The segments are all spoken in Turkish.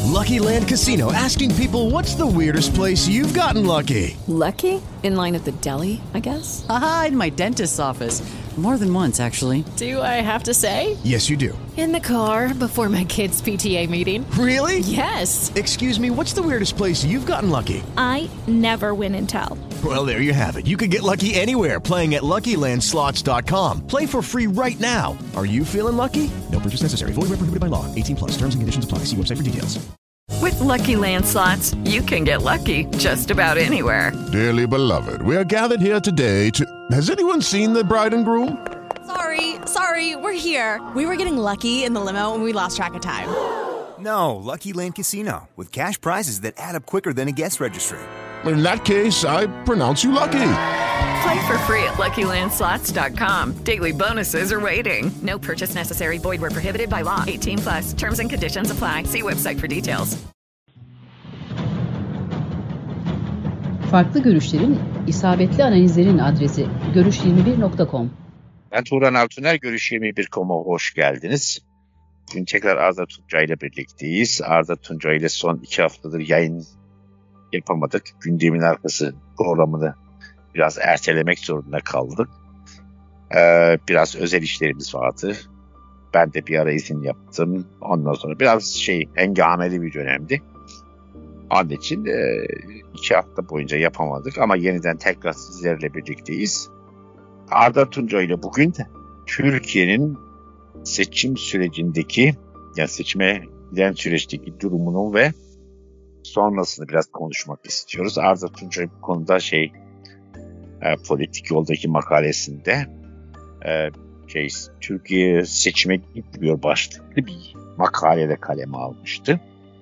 Lucky Land Casino, asking people, what's the weirdest place you've gotten lucky? Lucky? In line at the deli, I guess? Aha, in my dentist's office. More than once, actually. Do I have to say? Yes, you do. In the car before my kids' PTA meeting. Really? Yes. Excuse me, what's the weirdest place you've gotten lucky? I never win and tell. Well, there you have it. You can get lucky anywhere, playing at LuckyLandSlots.com. Play for free right now. Are you feeling lucky? No purchase necessary. Void where prohibited by law. 18 plus. Terms and conditions apply. See website for details. With Lucky Land Slots, you can get lucky just about anywhere. Dearly beloved, we are gathered here today to... Has anyone seen the bride and groom? Sorry, we're here. We were getting lucky in the limo and we lost track of time. No, Lucky Land Casino, with cash prizes that add up quicker than a guest registry. In that case, I pronounce you lucky. Play for free at LuckyLandSlots.com. Daily bonuses are waiting. No purchase necessary. Void where prohibited by law. 18 plus. Terms and conditions apply. See website for details. Farklı görüşlerin, isabetli analizlerin adresi görüş21.com. Ben Turan Altuner, Görüş21.com'a hoş geldiniz. Bugün tekrar Arda Tuncay ile birlikteyiz. Arda Tuncay ile son 2 haftadır yayın yapamadık. Gündemin arkası programını biraz ertelemek zorunda kaldık. Biraz özel işlerimiz vardı. Ben de bir ara izin yaptım. Ondan sonra biraz hengameli bir dönemdi. Onun için 2 hafta boyunca yapamadık ama yeniden tekrar sizlerle birlikteyiz. Arda Tuncay ile bugün de Türkiye'nin seçim sürecindeki, yani seçime giden süreçteki durumunu ve sonrasını biraz konuşmak istiyoruz. Arda Tuncay bu konuda politik yoldaki makalesinde Türkiye seçime gitmiyor başlıklı bir makalede kaleme almıştı.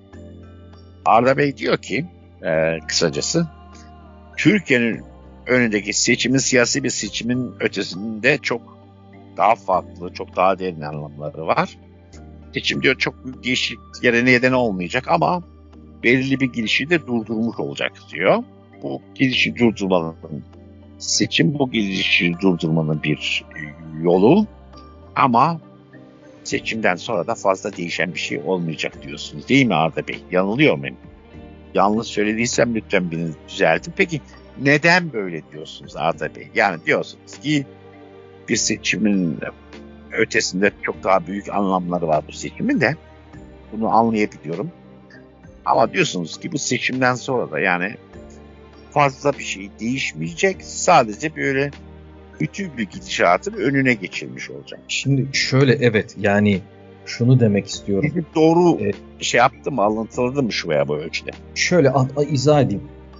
Arda Bey diyor ki kısacası Türkiye'nin önündeki seçimin siyasi bir seçimin ötesinde çok daha farklı, çok daha derin anlamları var. Seçim diyor çok büyük değişikliklere neden olmayacak ama belirli bir gidişi de durdurmuş olacak diyor. Bu gidişi durdurmanın, seçim bu gidişi durdurmanın bir yolu ama seçimden sonra da fazla değişen bir şey olmayacak diyorsunuz. Değil mi Arda Bey? Yanılıyor muyum? Yanlış söylediysem lütfen beni düzeltin. Peki neden böyle diyorsunuz Arda Bey? Yani diyorsunuz ki bir seçimin ötesinde çok daha büyük anlamları var bu seçimin de. Bunu anlayabiliyorum. Ama diyorsunuz ki bu seçimden sonra da yani fazla bir şey değişmeyecek. Sadece böyle bütün bir gidişatın önüne geçilmiş olacak. Şimdi şöyle evet yani şunu demek istiyorum. Doğru yaptı mı, alıntıladı mı şu veya bu ölçüde? Şöyle izah edeyim.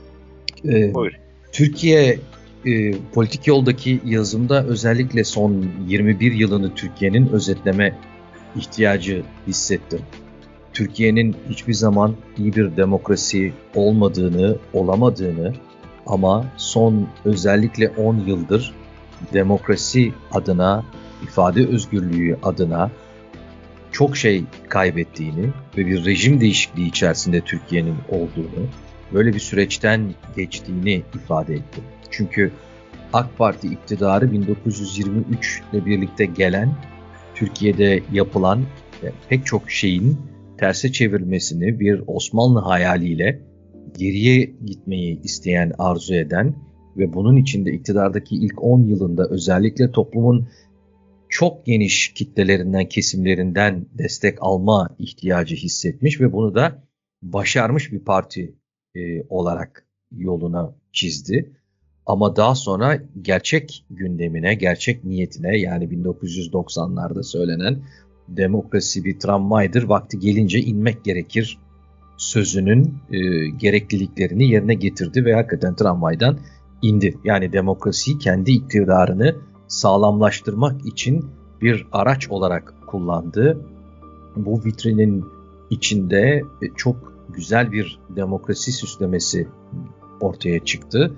Buyur. Türkiye politik yoldaki yazımda özellikle son 21 yılını Türkiye'nin özetleme ihtiyacı hissettim. Türkiye'nin hiçbir zaman iyi bir demokrasi olmadığını, olamadığını ama son özellikle 10 yıldır demokrasi adına, ifade özgürlüğü adına çok şey kaybettiğini ve bir rejim değişikliği içerisinde Türkiye'nin olduğunu, böyle bir süreçten geçtiğini ifade etti. Çünkü AK Parti iktidarı 1923 ile birlikte gelen, Türkiye'de yapılan pek çok şeyin terse çevirmesini bir Osmanlı hayaliyle geriye gitmeyi isteyen, arzu eden ve bunun içinde iktidardaki ilk 10 yılında özellikle toplumun çok geniş kitlelerinden, kesimlerinden destek alma ihtiyacı hissetmiş ve bunu da başarmış bir parti olarak yoluna çizdi. Ama daha sonra gerçek gündemine, gerçek niyetine, yani 1990'larda söylenen demokrasi bir tramvaydır, vakti gelince inmek gerekir sözünün gerekliliklerini yerine getirdi ve hakikaten tramvaydan indi. Yani demokrasiyi kendi iktidarını sağlamlaştırmak için bir araç olarak kullandı. Bu vitrinin içinde çok güzel bir demokrasi süslemesi ortaya çıktı.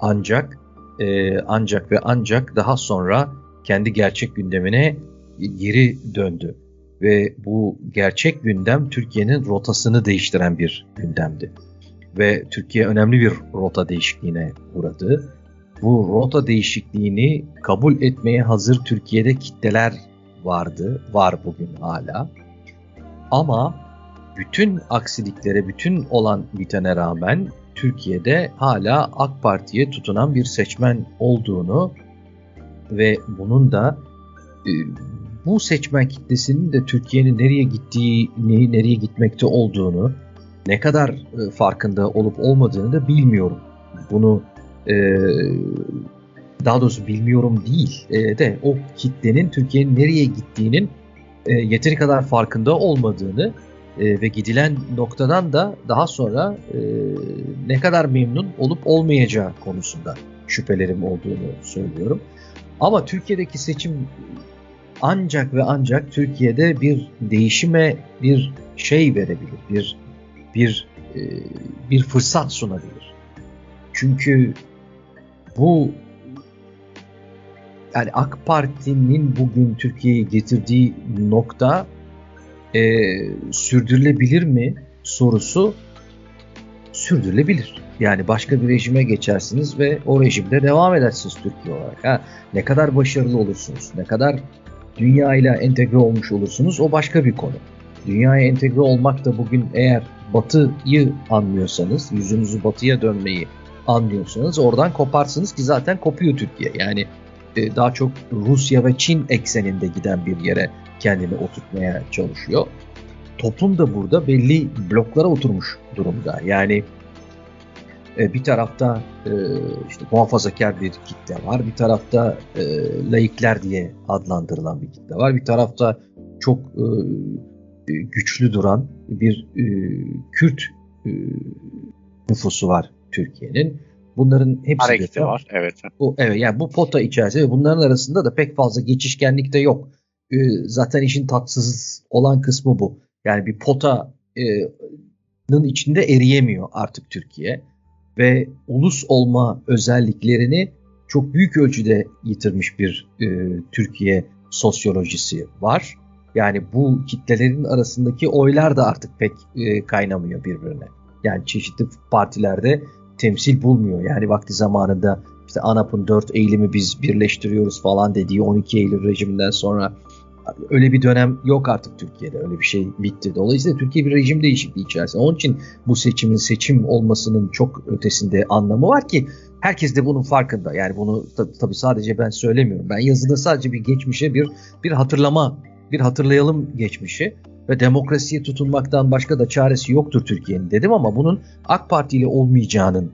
Ancak daha sonra kendi gerçek gündemine geri döndü. Ve bu gerçek gündem Türkiye'nin rotasını değiştiren bir gündemdi. Ve Türkiye önemli bir rota değişikliğine uğradı. Bu rota değişikliğini kabul etmeye hazır Türkiye'de kitleler vardı, var bugün hala. Ama bütün aksiliklere, bütün olan bitene rağmen Türkiye'de hala AK Parti'ye tutunan bir seçmen olduğunu ve bunun da bu seçmen kitlesinin de Türkiye'nin nereye gittiğini, nereye gitmekte olduğunu, ne kadar farkında olup olmadığını da bilmiyorum. Bunu daha doğrusu bilmiyorum değil de o kitlenin Türkiye'nin nereye gittiğinin yeteri kadar farkında olmadığını ve gidilen noktadan da daha sonra ne kadar memnun olup olmayacağı konusunda şüphelerim olduğunu söylüyorum. Ama Türkiye'deki seçim ancak ve ancak Türkiye'de bir değişime bir şey verebilir, bir fırsat sunabilir. Çünkü bu yani AK Parti'nin bugün Türkiye'ye getirdiği nokta sürdürülebilir mi sorusu sürdürülebilir. Yani başka bir rejime geçersiniz ve o rejimde devam edersiniz Türkiye olarak. Ne kadar başarılı olursunuz, ne kadar dünyayla entegre olmuş olursunuz o başka bir konu. Dünyaya entegre olmak da bugün eğer Batı'yı anlıyorsanız, yüzünüzü Batı'ya dönmeyi anlıyorsanız oradan koparsınız ki zaten kopuyor Türkiye. Yani daha çok Rusya ve Çin ekseninde giden bir yere kendini oturtmaya çalışıyor. Toplum da burada belli bloklara oturmuş durumda. Yani bir tarafta işte muhafazakar bir kitle var, bir tarafta laikler diye adlandırılan bir kitle var, bir tarafta çok güçlü duran bir Kürt nüfusu var Türkiye'nin. Bunların hepsi hareketi var. Evet. Yani bu pota içerisinde ve bunların arasında da pek fazla geçişkenlik de yok. Zaten işin tatsız olan kısmı bu. Yani bir potanın içinde eriyemiyor artık Türkiye ve ulus olma özelliklerini çok büyük ölçüde yitirmiş bir Türkiye sosyolojisi var. Yani bu kitlelerin arasındaki oylar da artık pek kaynamıyor birbirine. Yani çeşitli partilerde temsil bulmuyor. Yani vakti zamanında işte ANAP'ın 4 Eylül'ü biz birleştiriyoruz falan dediği 12 Eylül rejiminden sonra öyle bir dönem yok artık Türkiye'de. Öyle bir şey bitti. Dolayısıyla Türkiye bir rejim değişikliği içerisinde. Onun için bu seçimin seçim olmasının çok ötesinde anlamı var ki herkes de bunun farkında. Yani bunu tabii sadece ben söylemiyorum. Ben yazıda sadece bir geçmişe bir hatırlayalım geçmişi ve demokrasiye tutunmaktan başka da çaresi yoktur Türkiye'nin dedim ama bunun AK Parti ile olmayacağının,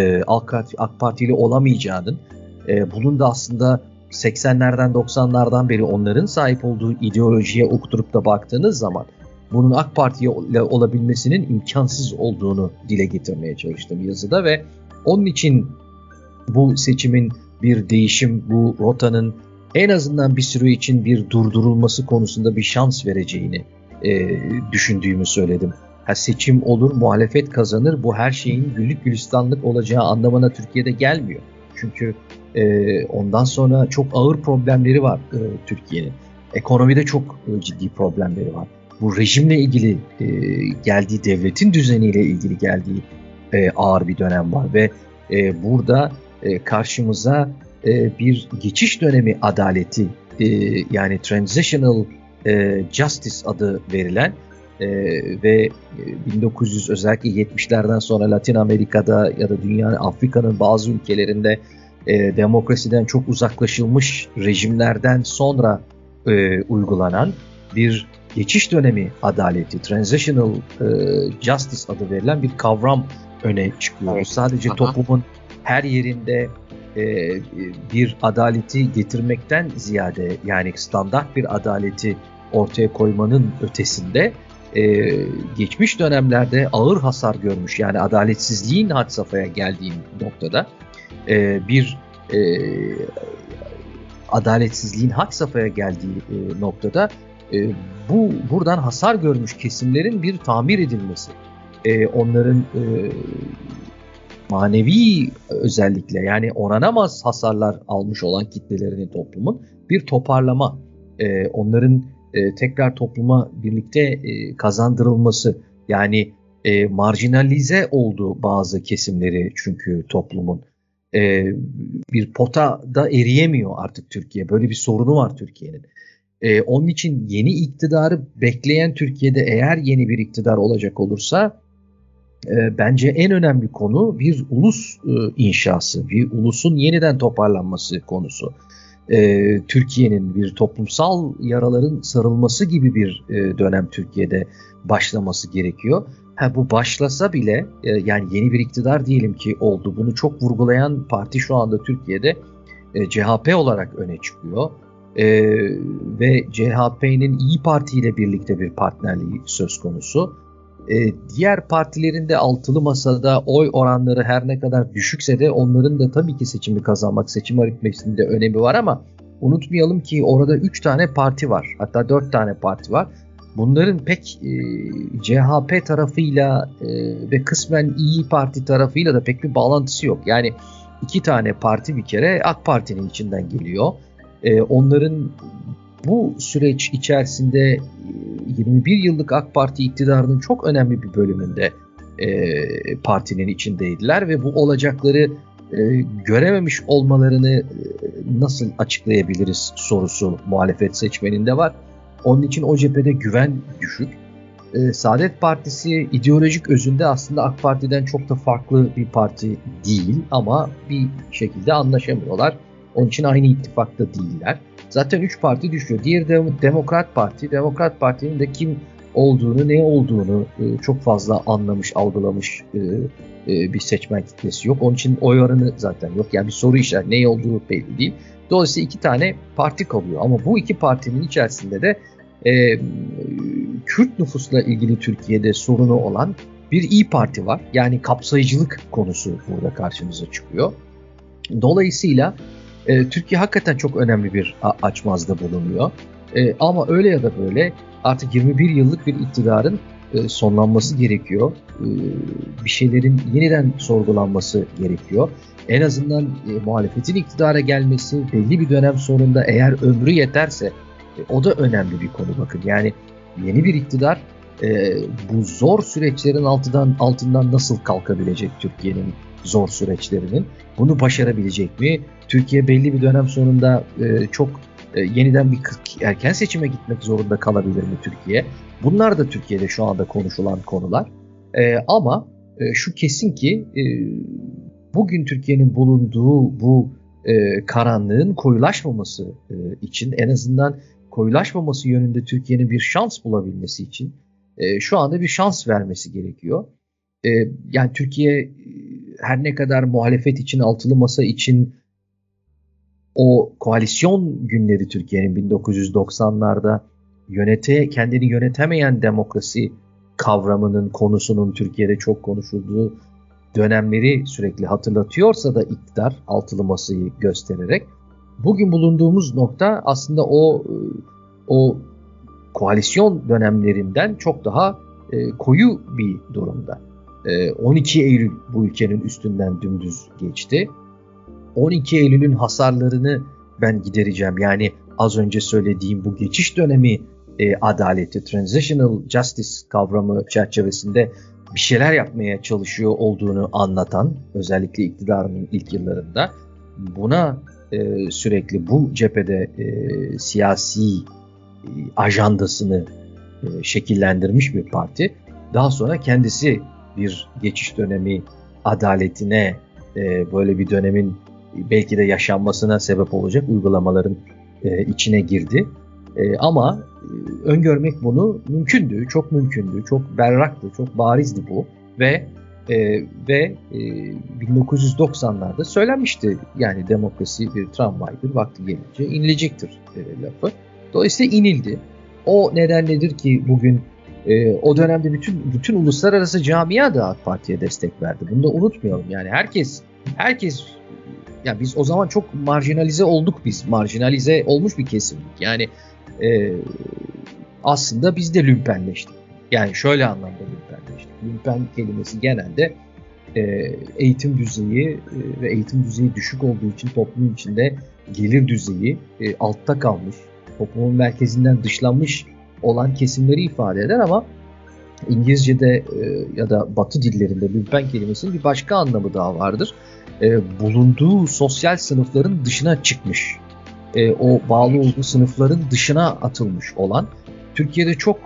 AK Parti ile olamayacağının, bunun da aslında 80'lerden 90'lardan beri onların sahip olduğu ideolojiye okuturup da baktığınız zaman bunun AK Parti ile olabilmesinin imkansız olduğunu dile getirmeye çalıştım yazıda ve onun için bu seçimin bir değişim, bu rotanın en azından bir süre için bir durdurulması konusunda bir şans vereceğini düşündüğümü söyledim. Seçim olur, muhalefet kazanır, bu her şeyin güllük gülistanlık olacağı anlamına Türkiye'de gelmiyor. Çünkü ondan sonra çok ağır problemleri var Türkiye'nin. Ekonomide çok ciddi problemleri var. Bu rejimle ilgili geldiği, devletin düzeniyle ilgili geldiği ağır bir dönem var ve burada karşımıza bir geçiş dönemi adaleti yani transitional justice adı verilen ve 1900 özellikle 70'lerden sonra Latin Amerika'da ya da dünyanın Afrika'nın bazı ülkelerinde demokrasiden çok uzaklaşılmış rejimlerden sonra uygulanan bir geçiş dönemi adaleti, transitional justice adı verilen bir kavram öne çıkıyor. Evet. Sadece toplumun her yerinde bir adaleti getirmekten ziyade yani standart bir adaleti ortaya koymanın ötesinde geçmiş dönemlerde ağır hasar görmüş yani adaletsizliğin had safhaya geldiği noktada bir adaletsizliğin had safhaya geldiği noktada buradan hasar görmüş kesimlerin bir tamir edilmesi, onların manevi özellikle yani oranamaz hasarlar almış olan kitlelerinin toplumun bir toparlama, onların tekrar topluma birlikte kazandırılması yani marjinalize olduğu bazı kesimleri çünkü toplumun bir potada eriyemiyor artık Türkiye. Böyle bir sorunu var Türkiye'nin. Onun için yeni iktidarı bekleyen Türkiye'de eğer yeni bir iktidar olacak olursa bence en önemli konu bir ulus inşası, bir ulusun yeniden toparlanması konusu. Türkiye'nin bir toplumsal yaraların sarılması gibi bir dönem Türkiye'de başlaması gerekiyor. Bu başlasa bile yani yeni bir iktidar diyelim ki oldu. Bunu çok vurgulayan parti şu anda Türkiye'de CHP olarak öne çıkıyor. Ve CHP'nin İYİ Parti ile birlikte bir partnerliği söz konusu. Diğer partilerin de altılı masada oy oranları her ne kadar düşükse de onların da tabii ki seçimi kazanmak, seçim aritmetiğinde önemi var ama unutmayalım ki orada 3 tane parti var. Hatta 4 tane parti var. Bunların pek CHP tarafıyla ve kısmen İYİ Parti tarafıyla da pek bir bağlantısı yok. Yani 2 tane parti bir kere AK Parti'nin içinden geliyor. Onların bu süreç içerisinde 21 yıllık AK Parti iktidarının çok önemli bir bölümünde partinin içindeydiler ve bu olacakları görememiş olmalarını nasıl açıklayabiliriz sorusu muhalefet seçmeninde var. Onun için o cephede güven düşük. Saadet Partisi ideolojik özünde aslında AK Parti'den çok da farklı bir parti değil ama bir şekilde anlaşamıyorlar. Onun için aynı ittifakta değiller. Zaten 3 parti düşüyor. Diğeri Demokrat Parti. Demokrat Parti'nin de kim olduğunu, ne olduğunu çok fazla anlamış, algılamış bir seçmen kitlesi yok. Onun için oy oranı zaten yok. Yani bir soru işareti, ne olduğu belli değil. Dolayısıyla 2 tane parti kalıyor. Ama bu 2 partinin içerisinde de Kürt nüfusla ilgili Türkiye'de sorunu olan bir İYİ Parti var. Yani kapsayıcılık konusu burada karşımıza çıkıyor. Dolayısıyla Türkiye hakikaten çok önemli bir açmazda bulunuyor. Ama öyle ya da böyle artık 21 yıllık bir iktidarın sonlanması gerekiyor. Bir şeylerin yeniden sorgulanması gerekiyor. En azından muhalefetin iktidara gelmesi belli bir dönem sonunda eğer ömrü yeterse o da önemli bir konu bakın. Yani yeni bir iktidar bu zor süreçlerin altından nasıl kalkabilecek Türkiye'nin zor süreçlerinin? Bunu başarabilecek mi? Türkiye belli bir dönem sonunda çok yeniden bir erken seçime gitmek zorunda kalabilir mi Türkiye? Bunlar da Türkiye'de şu anda konuşulan konular. Ama şu kesin ki bugün Türkiye'nin bulunduğu bu karanlığın koyulaşmaması için, en azından koyulaşmaması yönünde Türkiye'nin bir şans bulabilmesi için şu anda bir şans vermesi gerekiyor. Yani Türkiye her ne kadar muhalefet için, altılı masa için o koalisyon günleri Türkiye'nin 1990'larda kendini yönetemeyen demokrasi kavramının, konusunun Türkiye'de çok konuşulduğu dönemleri sürekli hatırlatıyorsa da iktidar altılı masayı göstererek bugün bulunduğumuz nokta aslında o koalisyon dönemlerinden çok daha koyu bir durumda. 12 Eylül bu ülkenin üstünden dümdüz geçti. 12 Eylül'ün hasarlarını ben gidereceğim. Yani az önce söylediğim bu geçiş dönemi adaleti, transitional justice kavramı çerçevesinde bir şeyler yapmaya çalışıyor olduğunu anlatan, özellikle iktidarının ilk yıllarında buna sürekli bu cephede siyasi ajandasını şekillendirmiş bir parti. Daha sonra kendisi bir geçiş dönemi adaletine, böyle bir dönemin belki de yaşanmasına sebep olacak uygulamaların içine girdi. Ama öngörmek bunu mümkündü, çok mümkündü, çok berraktı, çok barizdi bu ve 1990'larda söylenmişti. Yani demokrasi bir tramvaydır, vakti gelince inilecektir lafı. Dolayısıyla inildi. O nedenledir ki bugün o dönemde bütün uluslararası camia da AK Parti'ye destek verdi. Bunu da unutmayalım. Yani herkes ya biz o zaman çok marjinalize olduk biz. Marjinalize olmuş bir kesimdik. Yani aslında biz de lümpenleştik. Yani şöyle anlamda lümpenleştik. Lümpen kelimesi genelde eğitim düzeyi ve eğitim düzeyi düşük olduğu için toplumun içinde gelir düzeyi altta kalmış, toplumun merkezinden dışlanmış olan kesimleri ifade eder ama İngilizce'de ya da Batı dillerinde lümpen kelimesinin bir başka anlamı daha vardır. Bulunduğu sosyal sınıfların dışına çıkmış o bağlı olduğu sınıfların dışına atılmış olan, Türkiye'de çok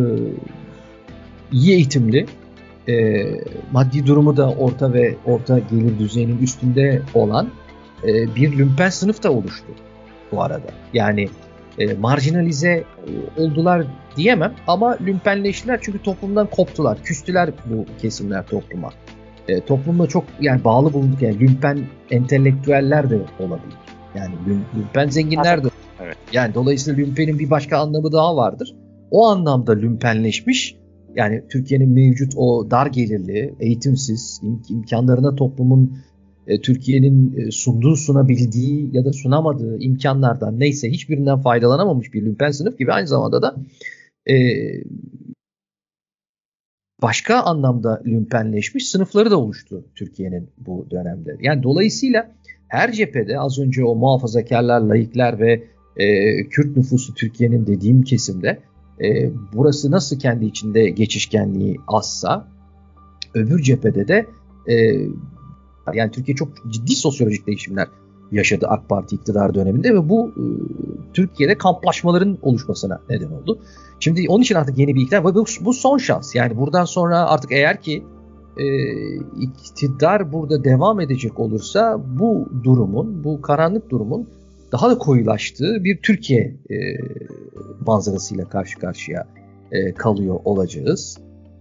iyi eğitimli, maddi durumu da orta gelir düzeyinin üstünde olan bir lümpen sınıf da oluştu bu arada. Yani marjinalize oldular diyemem ama lümpenleştiler çünkü toplumdan koptular, küstüler bu kesimler topluma. Toplumda çok yani bağlı bulunduk, yani lümpen entelektüeller de olabilir. Yani lümpen zenginler de. Evet. Yani dolayısıyla lümpenin bir başka anlamı daha vardır. O anlamda lümpenleşmiş. Yani Türkiye'nin mevcut o dar gelirli, eğitimsiz, imkanlarına toplumun Türkiye'nin sunabildiği ya da sunamadığı imkanlardan neyse hiçbirinden faydalanamamış bir lümpen sınıf gibi aynı zamanda da başka anlamda lümpenleşmiş sınıfları da oluştu Türkiye'nin bu dönemde. Yani dolayısıyla her cephede az önce o muhafazakarlar, laikler ve Kürt nüfusu Türkiye'nin dediğim kesimde burası nasıl kendi içinde geçişkenliği azsa öbür cephede de yani Türkiye çok ciddi sosyolojik değişimler yaşadı AK Parti iktidar döneminde ve bu Türkiye'de kamplaşmaların oluşmasına neden oldu. Şimdi onun için artık yeni bir iktidar ve bu son şans. Yani buradan sonra artık eğer ki iktidar burada devam edecek olursa bu durumun, bu karanlık durumun daha da koyulaştığı bir Türkiye manzarasıyla karşı karşıya kalıyor olacağız.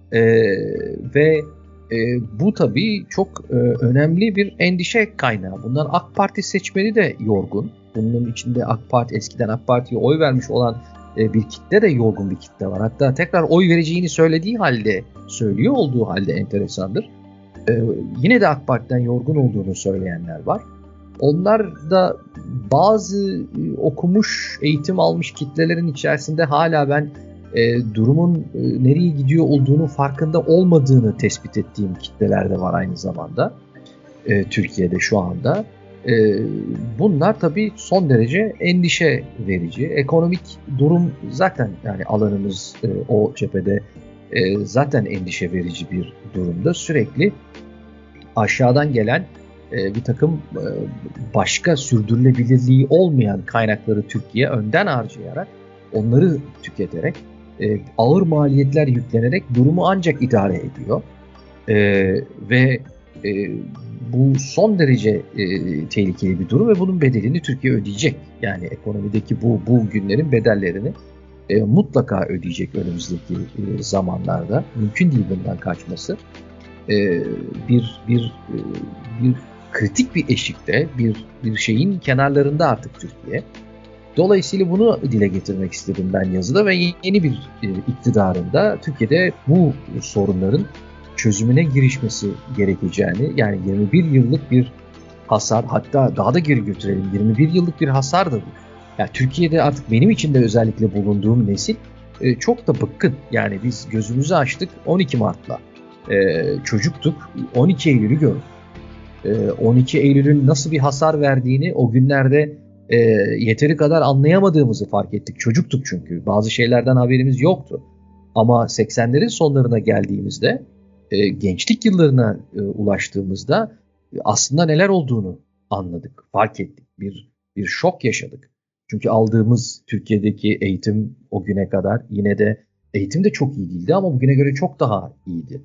Ve bu tabii çok önemli bir endişe kaynağı. Bundan AK Parti seçmeni de yorgun. Bunun içinde eskiden AK Parti'ye oy vermiş olan bir kitle de yorgun bir kitle var. Hatta tekrar oy vereceğini söylüyor olduğu halde enteresandır. Yine de AK Parti'den yorgun olduğunu söyleyenler var. Onlar da bazı okumuş, eğitim almış kitlelerin içerisinde hala ben durumun nereye gidiyor olduğunu farkında olmadığını tespit ettiğim kitleler de var aynı zamanda Türkiye'de şu anda. Bunlar tabii son derece endişe verici. Ekonomik durum zaten yani alanımız o cephede zaten endişe verici bir durumda. Sürekli aşağıdan gelen bir takım başka sürdürülebilirliği olmayan kaynakları Türkiye önden harcayarak, onları tüketerek, ağır maliyetler yüklenerek durumu ancak idare ediyor. Ve bu son derece tehlikeli bir durum ve bunun bedelini Türkiye ödeyecek. Yani ekonomideki bu günlerin bedellerini mutlaka ödeyecek önümüzdeki zamanlarda. Mümkün değil bundan kaçması. Bir kritik bir eşikte, bir şeyin kenarlarında artık Türkiye. Dolayısıyla bunu dile getirmek istedim ben yazıda ve yeni bir iktidarında Türkiye'de bu sorunların çözümüne girişmesi gerekeceğini, yani 21 yıllık bir hasar, hatta daha da geri götürelim, 21 yıllık bir hasar da bu. Yani Türkiye'de artık benim için de özellikle bulunduğum nesil çok da bıkkın. Yani biz gözümüzü açtık 12 Mart'la. Çocuktuk, 12 Eylül'ü gördük. 12 Eylül'ün nasıl bir hasar verdiğini o günlerde yeteri kadar anlayamadığımızı fark ettik. Çocuktuk çünkü. Bazı şeylerden haberimiz yoktu. Ama 80'lerin sonlarına geldiğimizde, gençlik yıllarına ulaştığımızda aslında neler olduğunu anladık, fark ettik. Bir şok yaşadık. Çünkü aldığımız Türkiye'deki eğitim o güne kadar yine de eğitim de çok iyi değildi ama bugüne göre çok daha iyiydi.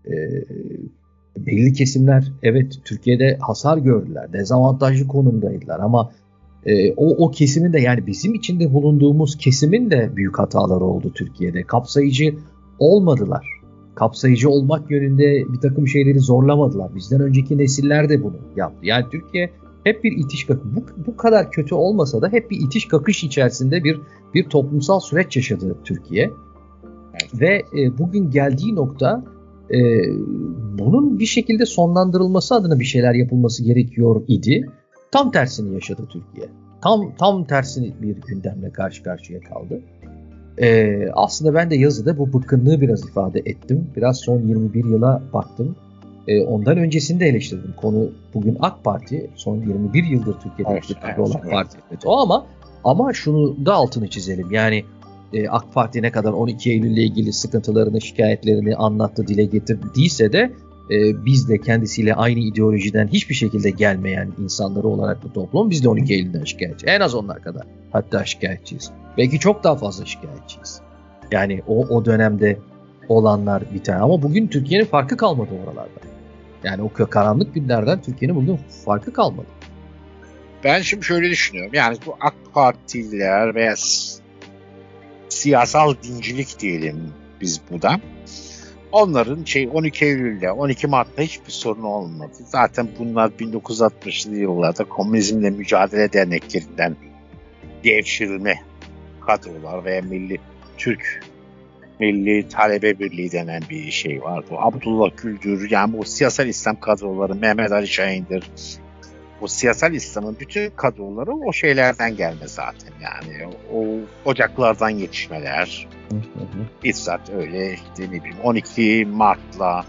Belli kesimler evet Türkiye'de hasar gördüler, dezavantajlı konumdaydılar ama o kesimin de, yani bizim içinde bulunduğumuz kesimin de büyük hataları oldu Türkiye'de. Kapsayıcı olmadılar. Kapsayıcı olmak yönünde bir takım şeyleri zorlamadılar. Bizden önceki nesiller de bunu yaptı. Yani Türkiye hep bir itiş kakış, bu kadar kötü olmasa da hep bir itiş kakış içerisinde bir toplumsal süreç yaşadı Türkiye. Ve bugün geldiği nokta bunun bir şekilde sonlandırılması adına bir şeyler yapılması gerekiyor idi. Tam tersini yaşadı Türkiye. Tam tersini bir gündemle karşı karşıya kaldı. Aslında ben de yazıda bu bıkkınlığı biraz ifade ettim. Biraz son 21 yıla baktım. Ondan öncesini de eleştirdim. Konu bugün AK Parti. Son 21 yıldır Türkiye'de iktidarda olan parti. Evet, ama şunu da altını çizelim. Yani AK Parti ne kadar 12 Eylül ile ilgili sıkıntılarını, şikayetlerini anlattı, dile getirdiyse de biz de kendisiyle aynı ideolojiden hiçbir şekilde gelmeyen insanları olarak bu toplum biz de 12 Eylül'den şikayetçi. En az onlar kadar hatta şikayetçiyiz. Belki çok daha fazla şikayetçiyiz. Yani o dönemde olanlar biten ama bugün Türkiye'nin farkı kalmadı oralarda. Yani o karanlık günlerden Türkiye'nin bugün farkı kalmadı. Ben şimdi şöyle düşünüyorum. Yani bu AK Partililer veya siyasal dincilik diyelim biz buna. Onların 12 Eylül'de, 12 Mart'ta hiçbir sorun olmadı. Zaten bunlar 1960'lı yıllarda Komünizmle Mücadele Derneklerinden devşirilme kadrolar veya Milli Talebe Birliği denen bir şey var. Bu Abdullah Gül'dür. Yani bu siyasal İslam kadroları, Mehmet Ali Şahin'dir. Bu siyasal İslam'ın bütün kadroları o şeylerden gelme zaten. Yani o ocaklardan yetişmeler. Bizzat öyle işte ne bileyim 12 Mart'la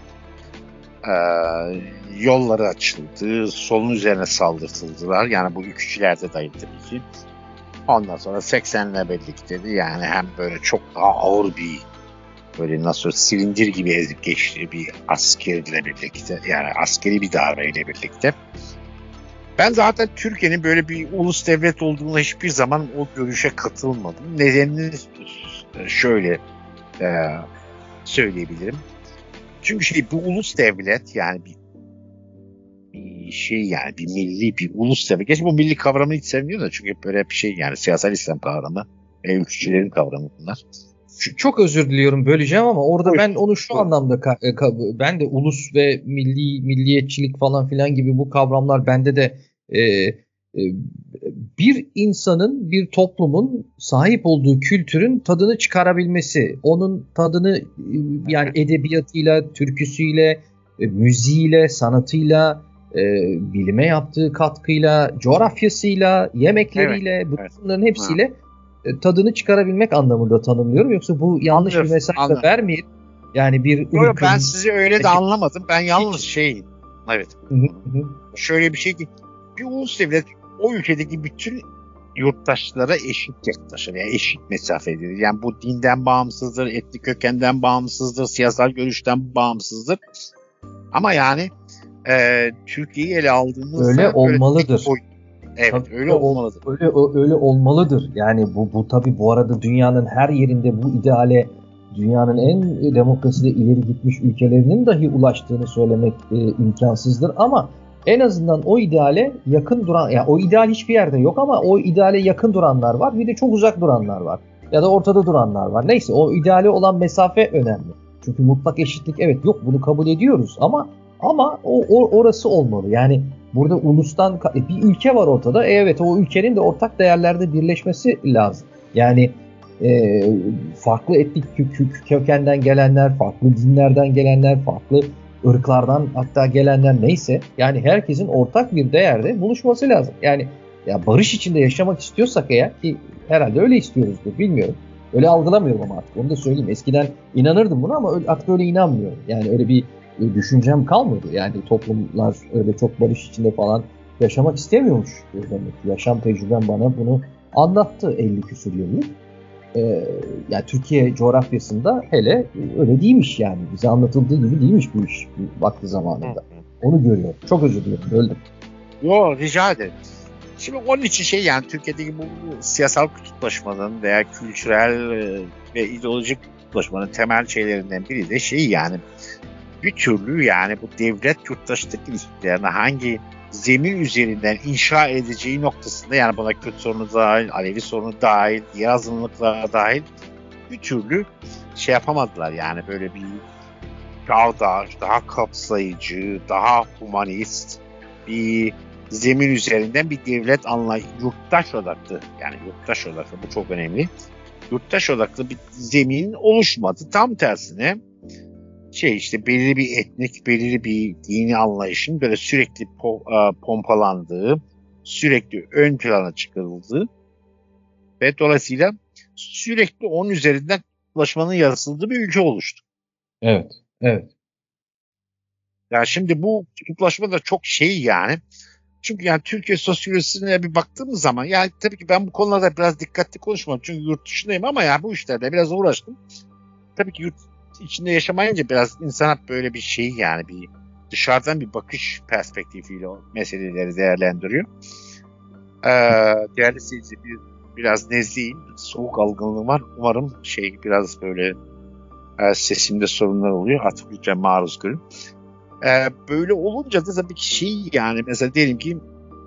yolları açıldı. Solun üzerine saldırtıldılar. Yani bu ülkücüler de dahil tabii ki. Ondan sonra 80'le birlikte de yani hem böyle çok daha ağır bir böyle nasıl silindir gibi ezip geçtiği bir askerle birlikte yani askeri bir darbeyle birlikte. Ben zaten Türkiye'nin böyle bir ulus devlet olduğuna hiçbir zaman o görüşe katılmadım. Nedenini şöyle söyleyebilirim. Çünkü bu ulus devlet yani bir şey yani bir milli bir ulus devlet. Gerçi bu milli kavramını hiç sevmiyorum da çünkü böyle bir şey yani siyasal İslam kavramı ve ülkücülerin kavramı bunlar. Çok özür diliyorum böleceğim ama orada ben onu şu anlamda ben de ulus ve milliyetçilik falan filan gibi bu kavramlar bende de bir insanın bir toplumun sahip olduğu kültürün tadını çıkarabilmesi, onun tadını yani edebiyatıyla, türküsüyle, müziğiyle, sanatıyla, bilime yaptığı katkıyla, coğrafyasıyla, yemekleriyle, bunların hepsiyle tadını çıkarabilmek anlamında tanımlıyorum. Yoksa bu yanlış bir mesaj da vermeyin. Yani bir ben sizi öyle de anlamadım. Ben yalnız evet. Şöyle bir şey ki bir ulus devlet o ülkedeki bütün yurttaşlara eşit yaklaşır. Yani eşit mesafedir. Yani bu dinden bağımsızdır, etnik kökenden bağımsızdır, siyasal görüşten bağımsızdır. Ama yani Türkiye'yi ele aldığımızda öyle olmalıdır. Evet, tabii öyle olmalıdır. Öyle olmalıdır. Yani bu tabii bu arada dünyanın her yerinde bu ideale dünyanın en demokraside ileri gitmiş ülkelerinin dahi ulaştığını söylemek imkansızdır ama en azından o ideale yakın duran, yani o ideal hiçbir yerde yok ama o ideale yakın duranlar var. Bir de çok uzak duranlar var. Ya da ortada duranlar var. Neyse o ideale olan mesafe önemli. Çünkü mutlak eşitlik evet yok bunu kabul ediyoruz ama orası olmalı. Yani burada ulustan bir ülke var ortada. Evet o ülkenin de ortak değerlerde birleşmesi lazım. Yani farklı etnik kökenden gelenler, farklı dinlerden gelenler, farklı ırklardan hatta gelenler neyse yani herkesin ortak bir değerde buluşması lazım. Yani ya barış içinde yaşamak istiyorsak eğer ki herhalde öyle istiyoruzdur bilmiyorum. Öyle algılamıyorum ama artık onu da söyleyeyim. Eskiden inanırdım buna ama artık öyle inanmıyorum. Yani öyle bir düşüncem kalmadı. Yani toplumlar öyle çok barış içinde falan yaşamak istemiyormuş demek. Yaşam tecrübem bana bunu anlattı 50 küsur yıllık. Yani Türkiye coğrafyasında hele öyle değilmiş yani. Bize anlatıldığı gibi değilmiş bu iş vakti zamanında. Onu görüyorum. Çok özür dilerim. Öldüm. Yok rica ederim. Şimdi onun için yani Türkiye'deki bu siyasal kutuplaşmanın veya kültürel ve ideolojik kutuplaşmanın temel şeylerinden biri de yani bir türlü yani bu devlet yurttaşlık ilişkilerini hangi zemin üzerinden inşa edeceği noktasında yani buna Kürt sorunu dahil, Alevi sorunu dahil, diğer azınlıklara dahil bir türlü yapamadılar yani böyle bir çağdaş, daha kapsayıcı, daha humanist bir zemin üzerinden bir devlet yurttaş odaklı yani yurttaş odaklı bu çok önemli. Yurttaş odaklı bir zemin oluşmadı. Tam tersine belirli bir etnik, belirli bir dini anlayışın böyle sürekli pompalandığı, sürekli ön plana çıkarıldığı ve dolayısıyla sürekli onun üzerinden kutuplaşmanın yaratıldığı bir ülke oluştu. Evet, evet. Yani şimdi bu kutuplaşma da çok yani. Çünkü yani Türkiye sosyolojisine bir baktığımız zaman yani tabii ki ben bu konularda biraz dikkatli konuşmam çünkü yurt dışındayım ama yani bu işlerde biraz uğraştım. Tabii ki yurt içinde yaşamayınca biraz insan böyle bir yani bir dışarıdan bir bakış perspektifiyle o meseleleri değerlendiriyor. Değerli seyirci, biraz nezleyim, soğuk algınlığı var. Umarım biraz böyle sesimde sorunlar oluyor. Artık lütfen maruz görün. Böyle olunca da tabii ki yani mesela diyelim ki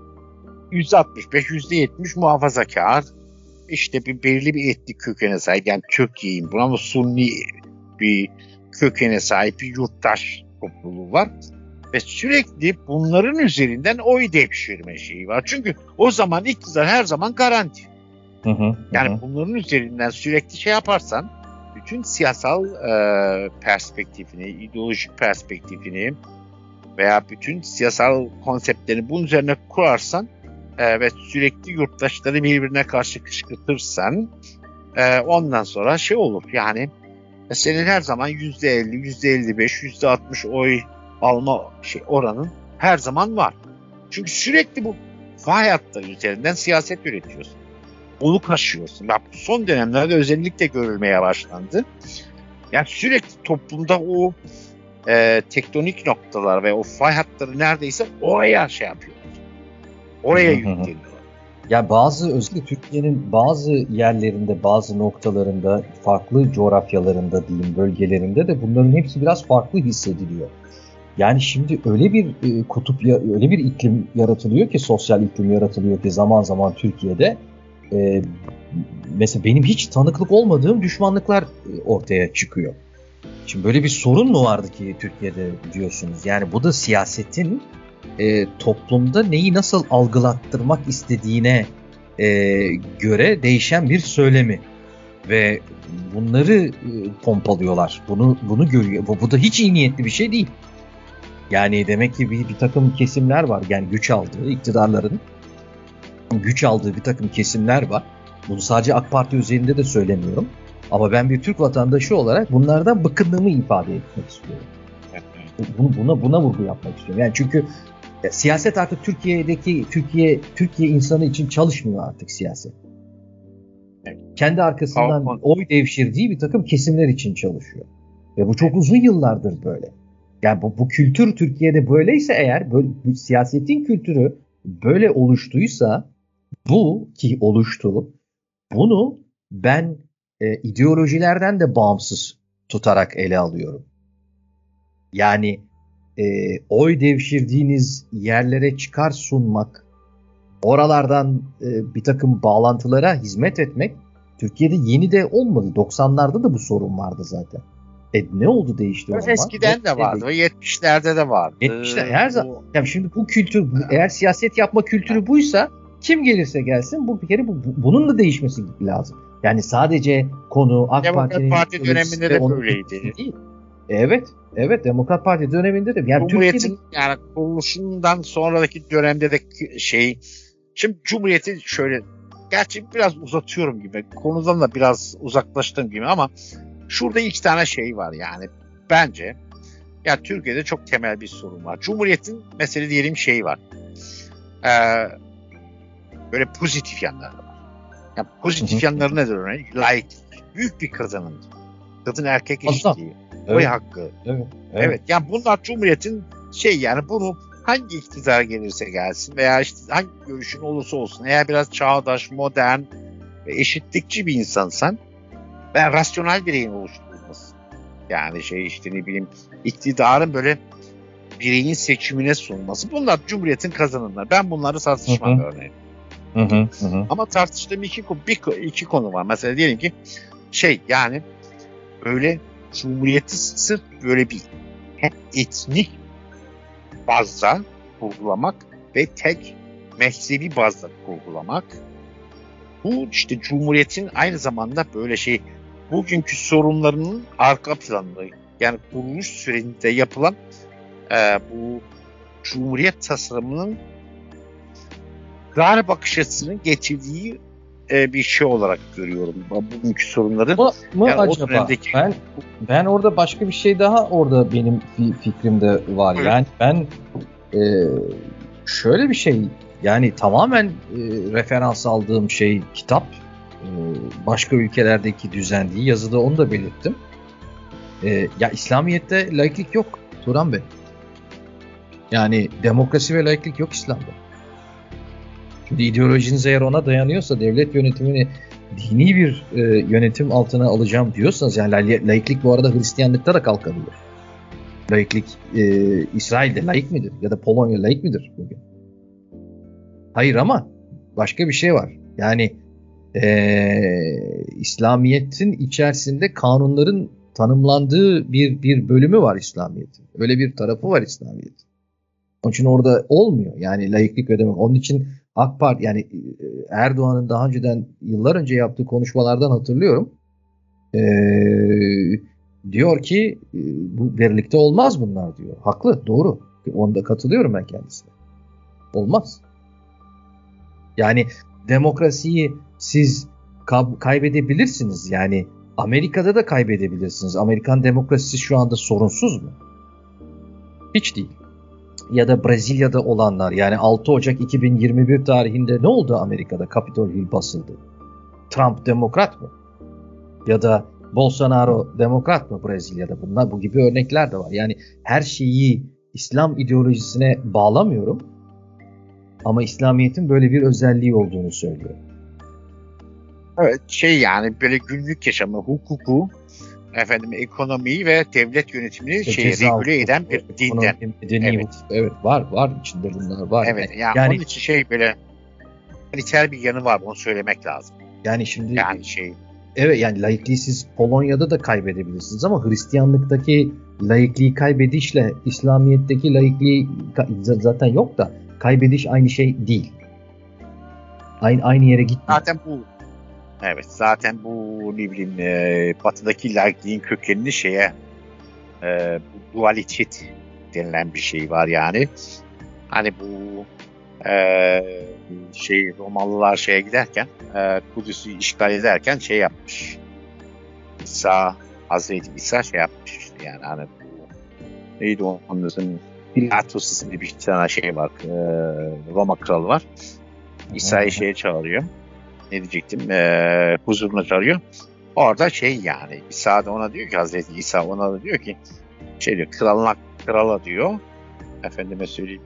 %65, %70 muhafazakar, işte belirli bir etnik kökene sahip, yani Türkiye'nin buna Sunni bir kökene sahip bir yurttaş topluluğu var. Ve sürekli bunların üzerinden oy devşirme şeyi var. Çünkü o zaman iktidar her zaman garanti. Yani bunların üzerinden sürekli yaparsan bütün siyasal perspektifini, ideolojik perspektifini veya bütün siyasal konseptlerini bunun üzerine kurarsan ve sürekli yurttaşları birbirine karşı kışkırtırsan ondan sonra olur. Yani senin her zaman %50, %55, %60 oy alma oranın her zaman var. Çünkü sürekli bu fay hatları üzerinden siyaset üretiyorsun. Onu kaşıyorsun. Bak, son dönemlerde özellikle görülmeye başlandı. Yani sürekli toplumda o tektonik noktalar ve o fay hatları neredeyse oraya yapıyor. Oraya yükleniyor. Ya özellikle Türkiye'nin bazı yerlerinde, bazı noktalarında, farklı coğrafyalarında diyeyim, bölgelerinde de bunların hepsi biraz farklı hissediliyor. Yani şimdi öyle bir öyle bir iklim yaratılıyor ki, sosyal iklim yaratılıyor ki zaman zaman Türkiye'de mesela benim hiç tanıklık olmadığım düşmanlıklar ortaya çıkıyor. Şimdi böyle bir sorun mu vardı ki Türkiye'de diyorsunuz? Yani bu da siyasetin toplumda neyi nasıl algılattırmak istediğine göre değişen bir söylemi ve bunları pompalıyorlar. Bunu görüyor. Bu da hiç iyi niyetli bir şey değil. Yani demek ki bir takım kesimler var. Yani iktidarların güç aldığı bir takım kesimler var. Bunu sadece AK Parti üzerinde de söylemiyorum. Ama ben bir Türk vatandaşı olarak bunlardan bıkkınlığımı ifade etmek istiyorum. Buna vurgu yapmak istiyorum. Yani çünkü siyaset artık Türkiye insanı için çalışmıyor artık siyaset. Kendi arkasından oy devşirdiği bir takım kesimler için çalışıyor. Ve bu çok uzun yıllardır böyle. Yani bu kültür Türkiye'de böyleyse eğer, bu siyasetin kültürü böyle oluştuysa, bu ki oluştu, bunu ben ideolojilerden de bağımsız tutarak ele alıyorum. Yani oy devşirdiğiniz yerlere çıkar sunmak, oralardan bir takım bağlantılara hizmet etmek Türkiye'de yeni de olmadı. 90'larda da bu sorun vardı zaten. Ne oldu, değişti o zaman? Eskiden de vardı. 70'lerde de vardı. 70'ler her zaman. Yani şimdi bu kültür, eğer siyaset yapma kültürü buysa, kim gelirse gelsin bu bir kere bunun da değişmesi lazım. Yani sadece konu AK Parti'nin Parti döneminde de böyleydi. Değil. Evet, Demokrat Parti döneminde de. Yani Cumhuriyet'in yani kuruluşundan sonraki dönemde de şimdi Cumhuriyet'i şöyle, gerçi biraz uzatıyorum gibi, konudan da biraz uzaklaştım gibi, ama şurada iki tane var yani bence. Ya Türkiye'de çok temel bir sorun var. Cumhuriyet'in mesela diyelim var. Böyle pozitif yanları var. Yani pozitif yanları nedir örneğin? Laiklik. Büyük bir kazanımdır. Kadın erkek eşitliği. Oy hakkı. Evet. Yani bunlar Cumhuriyet'in yani bunu hangi iktidar gelirse gelsin veya işte hangi görüşün olursa olsun, eğer biraz çağdaş, modern ve eşitlikçi bir insansan ve rasyonel bireyin oluşturulması. Yani iktidarın böyle bireyin seçimine sunulması. Bunlar Cumhuriyet'in kazanımları. Ben bunları tartışmam örneğin. Ama tartıştığım iki konu var. Mesela diyelim ki yani böyle Cumhuriyet'i sırf böyle bir etnik bazda kurgulamak ve tek mezhebi bazda kurgulamak. Bu Cumhuriyet'in aynı zamanda böyle bugünkü sorunlarının arka planında, yani kuruluş sürecinde yapılan bu Cumhuriyet tasarımının dar bakış açısının getirdiği bir olarak görüyorum bugünkü sorunları. Yani acaba? Ben orada başka bir şey daha orada benim fikrimde var. Evet. Yani ben şöyle bir şey, yani tamamen referans aldığım kitap, başka ülkelerdeki düzen değil, yazıda onu da belirttim. Ya İslamiyet'te laiklik yok Turan Bey. Yani demokrasi ve laiklik yok İslam'da. Şimdi ideolojiniz eğer ona dayanıyorsa, devlet yönetimini dini bir yönetim altına alacağım diyorsanız, yani laiklik bu arada Hristiyanlıkta da kalkabilir. Laiklik İsrail'de laik midir? Ya da Polonya laik midir bugün? Hayır, ama başka bir şey var. Yani İslamiyet'in içerisinde kanunların tanımlandığı bir bölümü var İslamiyet'in. Öyle bir tarafı var İslamiyet'in. Onun için orada olmuyor. Yani laiklik ödemek. Onun için AK Parti, yani Erdoğan'ın daha önceden, yıllar önce yaptığı konuşmalardan hatırlıyorum. Diyor ki bu birlikte olmaz bunlar diyor. Haklı, doğru. Onda katılıyorum ben kendisine. Olmaz. Yani demokrasiyi siz kaybedebilirsiniz. Yani Amerika'da da kaybedebilirsiniz. Amerikan demokrasisi şu anda sorunsuz mu? Hiç değil. Ya da Brezilya'da olanlar, yani 6 Ocak 2021 tarihinde ne oldu Amerika'da? Capitol Hill basıldı. Trump demokrat mı? Ya da Bolsonaro demokrat mı Brezilya'da? Bunlar, bu gibi örnekler de var. Yani her şeyi İslam ideolojisine bağlamıyorum. Ama İslamiyet'in böyle bir özelliği olduğunu söylüyor. Evet, yani böyle günlük yaşamı, hukuku, ekonomiyi ve devlet yönetimini regüle eden bir dinden. Evet, var içinde bunlar var. Evet, yani onun için böyle literal bir yanı var, onu söylemek lazım. Yani şimdi evet, yani laikliği siz Polonya'da da kaybedebilirsiniz ama Hristiyanlıktaki laikliği kaybedişle İslamiyet'teki laikliği zaten yok da kaybediş aynı şey değil. Aynı yere gitmiyor. Zaten bu ne bileyim batıdaki laikliğin kökenini bu dualitet denilen bir şey var yani. Hani bu Romalılar giderken Kudüs'ü işgal ederken yapmış. Hazreti İsa yapmış. Yani hani bu neydi onun Pilatus isimli bir tane var. Roma kralı var. İsa'yı çağırıyor. Ne diyecektim? Huzuruna çağırıyor. Orada yani İsa da ona diyor ki, Hazreti İsa ona da diyor ki diyor, kralın hakkı krala diyor. Efendime söyleyeyim.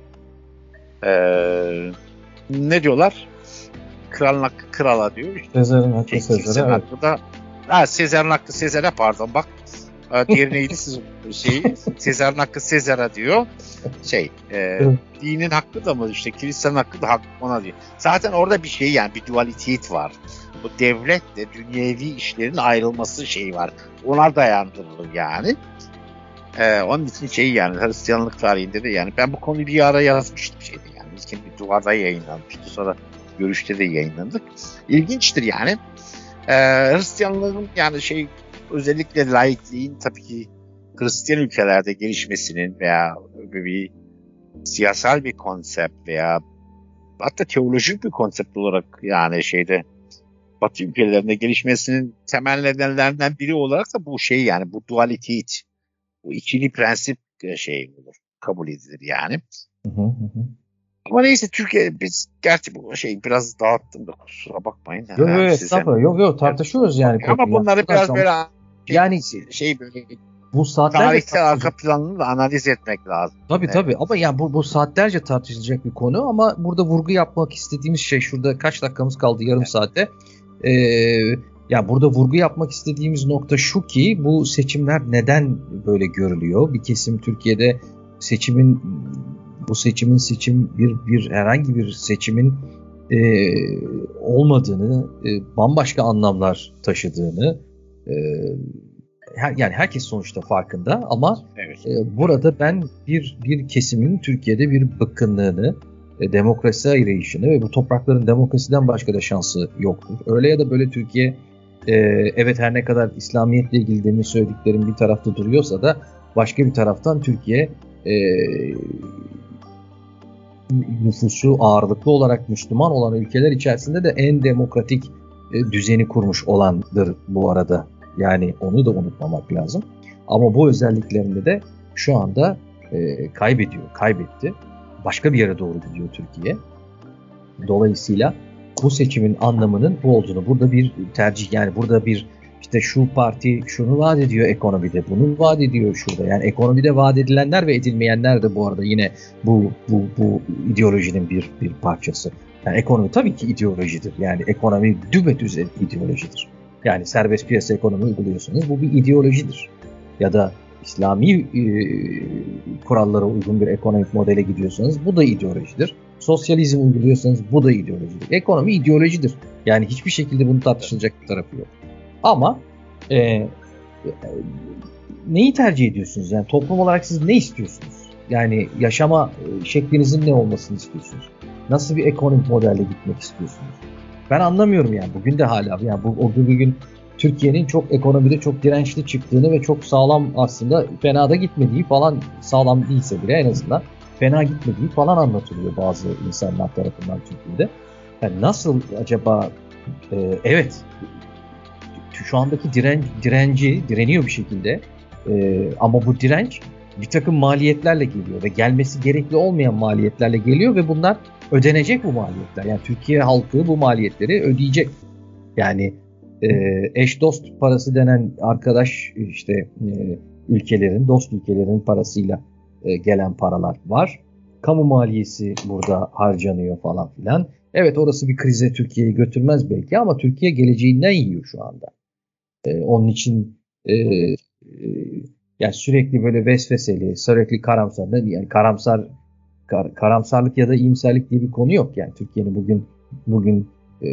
Ne diyorlar? Kralın hakkı krala diyor. Sezar'ın hakkı Sezar'a. Sezar'ın hakkı Sezar'a, pardon bak. Diğeri neydi Sezar'ın hakkı Sezar'a diyor. Dinin hakkı da mı kilisenin hakkı da ona diyor. Zaten orada bir yani bir dualitet var. Bu devletle dünyevi işlerin ayrılması var. Ona dayandırılır yani. Onun için yani Hristiyanlık tarihinde de yani ben bu konuyu bir ara yazmıştım yani. İlkin bir duvarda yayınlanmıştı. Sonra görüşte de yayınlandık. İlginçtir yani. Hristiyanlığın yani özellikle laikliğin tabii ki Hristiyan ülkelerde gelişmesinin veya bir siyasal bir konsept veya hatta teolojik bir konsept olarak yani Batı ülkelerinde gelişmesinin temel nedenlerinden biri olarak da bu yani bu dualitet, bu ikili prensip olur, kabul edilir yani. Ama neyse Türkiye biz gerçi bu biraz dağıttım da kusura bakmayın. Yok tartışıyoruz yani. Ama bunları biraz böyle yani böyle bu saatlerce tarihsel arka planını da analiz etmek lazım. Tabii ama yani bu saatlerce tartışılacak bir konu ama burada vurgu yapmak istediğimiz şurada kaç dakikamız kaldı, yarım saate. Ya burada vurgu yapmak istediğimiz nokta şu ki bu seçimler neden böyle görülüyor? Bir kesim Türkiye'de herhangi bir seçimin olmadığını, bambaşka anlamlar taşıdığını yani herkes sonuçta farkında ama burada ben bir kesimin Türkiye'de bir bıkkınlığını, demokrasi arayışını ve bu toprakların demokrasiden başka da şansı yoktur. Öyle ya da böyle Türkiye evet her ne kadar İslamiyetle ilgili demin söylediklerim bir tarafta duruyorsa da başka bir taraftan Türkiye nüfusu ağırlıklı olarak Müslüman olan ülkeler içerisinde de en demokratik düzeni kurmuş olandır bu arada. Yani onu da unutmamak lazım. Ama bu özelliklerinde de şu anda kaybetti. Başka bir yere doğru gidiyor Türkiye. Dolayısıyla bu seçimin anlamının bu olduğunu, burada bir tercih, yani burada bir İşte şu parti şunu vaat ediyor ekonomide, bunu vaat ediyor şurada. Yani ekonomide vaat edilenler ve edilmeyenler de bu arada yine bu ideolojinin bir parçası. Yani ekonomi tabii ki ideolojidir. Yani ekonomi düpedüz ideolojidir. Yani serbest piyasa ekonomi uyguluyorsanız bu bir ideolojidir. Ya da İslami kurallara uygun bir ekonomik modele gidiyorsanız bu da ideolojidir. Sosyalizm uyguluyorsanız bu da ideolojidir. Ekonomi ideolojidir. Yani hiçbir şekilde bunu tartışılacak bir tarafı yok. Ama neyi tercih ediyorsunuz? Yani toplum olarak siz ne istiyorsunuz? Yani yaşama şeklinizin ne olmasını istiyorsunuz? Nasıl bir ekonomik modelle gitmek istiyorsunuz? Ben anlamıyorum yani. Bugün de hala yani bugün Türkiye'nin çok ekonomide çok dirençli çıktığını ve çok sağlam aslında fena da gitmediği falan, sağlam değilse bile en azından fena gitmediği falan anlatılıyor bazı insanlar tarafından Türkiye'de. Yani nasıl acaba evet şu andaki direniyor bir şekilde ama bu direnç bir takım maliyetlerle geliyor ve gelmesi gerekli olmayan maliyetlerle geliyor ve bunlar ödenecek bu maliyetler. Yani Türkiye halkı bu maliyetleri ödeyecek. Yani eş dost parası denen arkadaş işte dost ülkelerin parasıyla gelen paralar var. Kamu maliyesi burada harcanıyor falan filan. Evet orası bir krize Türkiye'yi götürmez belki ama Türkiye geleceğinden yiyor şu anda. Onun için yani sürekli böyle vesveseli, sürekli karamsar, yani karamsarlık ya da iyimserlik diye bir konu yok. Yani Türkiye'nin bugün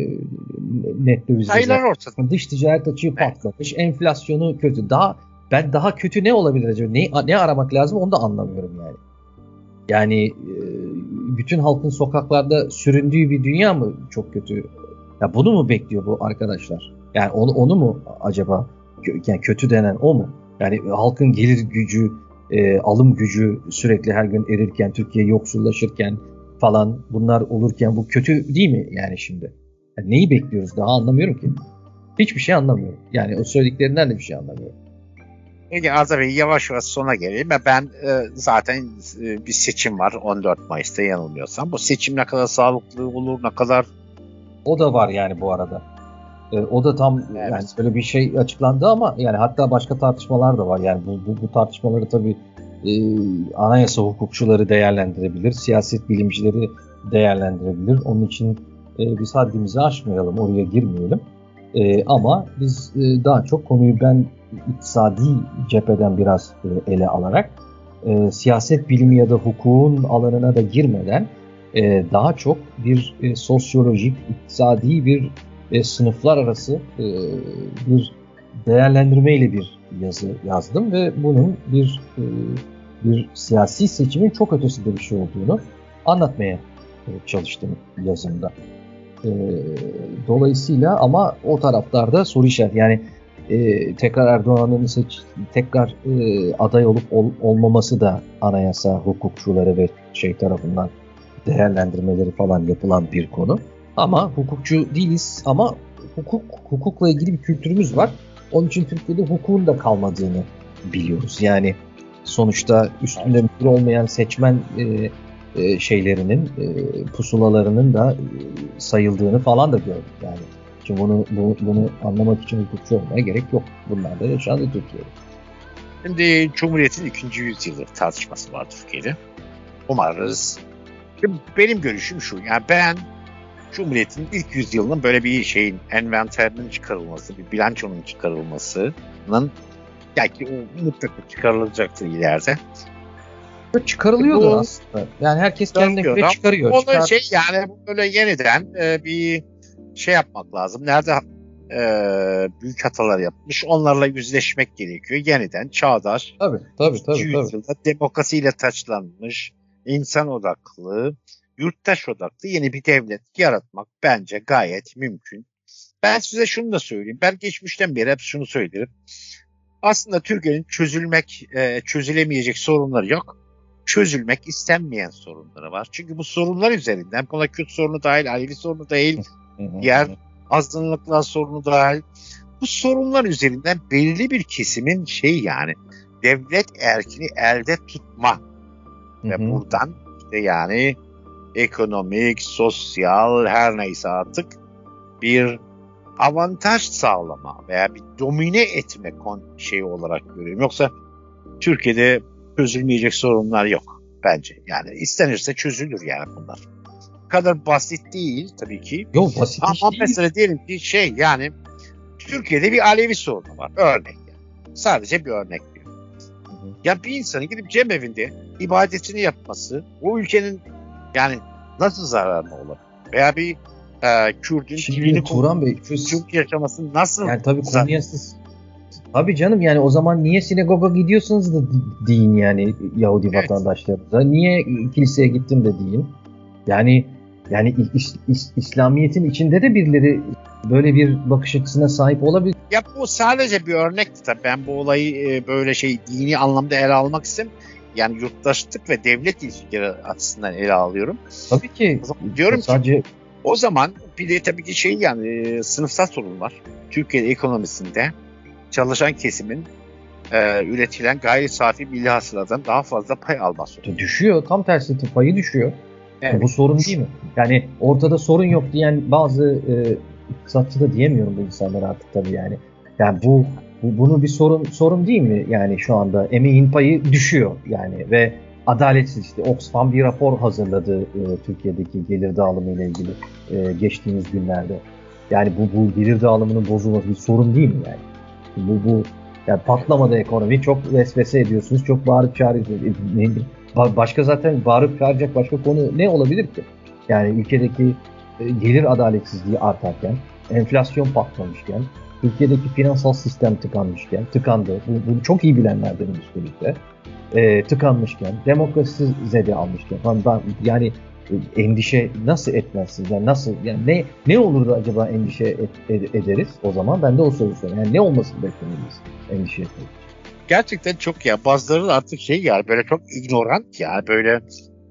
net döviz rezervi, dış ticaret açığı patlamış, enflasyonu kötü. Daha kötü ne olabilir acaba? Ne aramak lazım onu da anlamıyorum yani. Yani bütün halkın sokaklarda süründüğü bir dünya mı çok kötü? Ya bunu mu bekliyor bu arkadaşlar? Yani onu mu acaba? Yani kötü denen o mu? Yani halkın gelir gücü, alım gücü sürekli her gün erirken, Türkiye yoksullaşırken falan bunlar olurken bu kötü değil mi yani şimdi? Yani neyi bekliyoruz daha anlamıyorum ki. Hiçbir şey anlamıyorum. Yani o söylediklerinden de bir şey anlamıyorum. Peki Arda Bey yavaş yavaş sona gelelim. Ben zaten bir seçim var 14 Mayıs'ta yanılmıyorsam. Bu seçim ne kadar sağlıklı olur, ne kadar... O da var yani bu arada. O da tam evet. Yani böyle bir şey açıklandı ama yani hatta başka tartışmalar da var. Yani bu tartışmaları tabii anayasa hukukçuları değerlendirebilir, siyaset bilimcileri değerlendirebilir. Onun için biz haddimizi aşmayalım, oraya girmeyelim. Ama biz daha çok konuyu ben iktisadi cepheden biraz ele alarak siyaset bilimi ya da hukukun alanına da girmeden daha çok bir sosyolojik, iktisadi bir sınıflar arası bir değerlendirmeyle bir yazı yazdım ve bunun bir siyasi seçimin çok ötesinde bir şey olduğunu anlatmaya çalıştım yazımda. Dolayısıyla ama o taraflarda soru işareti. Yani tekrar Erdoğan'ın tekrar aday olup olmaması da anayasa hukukçuları ve tarafından değerlendirmeleri falan yapılan bir konu. Ama hukukçu değiliz ama hukukla ilgili bir kültürümüz var. Onun için Türkiye'de hukukun da kalmadığını biliyoruz. Yani sonuçta üstünde mühür olmayan seçmen şeylerinin, pusulalarının da sayıldığını falan da gördük yani. Şimdi bunu anlamak için hukukçu olmaya gerek yok. Bunlar da yaşandı Türkiye'de. Şimdi Cumhuriyet'in 2. yüzyılı tartışması var Türkiye'de. Umarız. Şimdi benim görüşüm şu. Yani ben Cumhuriyet'in ilk yüzyılının böyle bir şeyin envanterinin çıkarılması, bir bilançonun çıkarılmasının belki o mutlaka çıkarılacaktır ileride. Çıkarılıyordu aslında. Yani herkes kendine göre çıkarıyor. O da yani böyle yeniden bir şey yapmak lazım. Nerede büyük hatalar yapmış, onlarla yüzleşmek gerekiyor. Yeniden çağdaş, tabii. yüzyılda demokrasiyle taçlanmış, insan odaklı, yurttaş odaklı yeni bir devlet yaratmak bence gayet mümkün. Ben size şunu da söyleyeyim. Ben geçmişten beri hep şunu söylerim. Aslında Türkiye'nin çözülemeyecek sorunları yok. Çözülmek istenmeyen sorunları var. Çünkü bu sorunlar üzerinden, buna Kürt sorunu dahil, Alevi sorunu dahil, diğer azınlıklar sorunu dahil, bu sorunlar üzerinden belirli bir kesimin yani devlet erkini elde tutma ve buradan yani ekonomik, sosyal her neyse artık bir avantaj sağlama veya bir domine etme şeyi olarak görüyorum. Yoksa Türkiye'de çözülmeyecek sorunlar yok bence. Yani istenirse çözülür yani bunlar. Bu kadar basit değil tabii ki. Yok basit ama değil. mesela diyelim ki yani Türkiye'de bir Alevi sorunu var. Örnek yani. Sadece bir örnek diyor. Ya bir insanın gidip cemevi'nde ibadetini yapması o ülkenin yani nasıl zararına olur? Veya bir Kürt'ün Şimdi Turan Bey, Türk yaşaması nasıl? Yani tabii konuya siz tabii canım yani o zaman niye sinagoga gidiyorsunuz da deyin yani Yahudi vatandaşlarınıza. Niye kiliseye gittim de deyin. Yani İslamiyet'in içinde de birileri böyle bir bakış açısına sahip olabilir. Ya bu sadece bir örnekti tabii. Ben bu olayı böyle dini anlamda ele almak istem. Yani yurttaşlık ve devlet ilişkileri açısından ele alıyorum. Tabii ki. Diyorum sadece ki o zaman bir de tabii ki yani sınıfsal sorun var. Türkiye ekonomisinde çalışan kesimin üretilen gayri safi milli hasıladan daha fazla pay alması. Düşüyor. Tam tersi payı düşüyor. Evet. Bu sorun değil mi? Yani ortada sorun yok diyen bazı iktisatçı da diyemiyorum bu insanlara artık tabii yani. Yani bunu bir sorun değil mi? Yani şu anda emeğin payı düşüyor yani ve adaletsiz işte Oxfam bir rapor hazırladı Türkiye'deki gelir dağılımı ile ilgili geçtiğimiz günlerde. Yani bu gelir dağılımının bozulması bir sorun değil mi yani? Bu yani patlamadı ekonomi, çok vesvese ediyorsunuz, çok bağırıp çağırıyorsunuz. Başka zaten bağırıp çağıracak başka konu ne olabilir ki? Yani ülkedeki gelir adaletsizliği artarken, enflasyon patlamışken, Türkiye'deki finansal sistem tıkandı. Bunu çok iyi bilenlerdenim üstelik de. Tıkanmışken, demokrasi zede almışken, yani endişe nasıl etmezsiniz? Yani nasıl? Yani ne olurdu acaba endişe ederiz o zaman? Ben de o soruyu soruyorum. Yani ne olmasını beklemeliyiz endişe etmek? Gerçekten çok ya. Bazıları da artık yani böyle çok ignorant yani böyle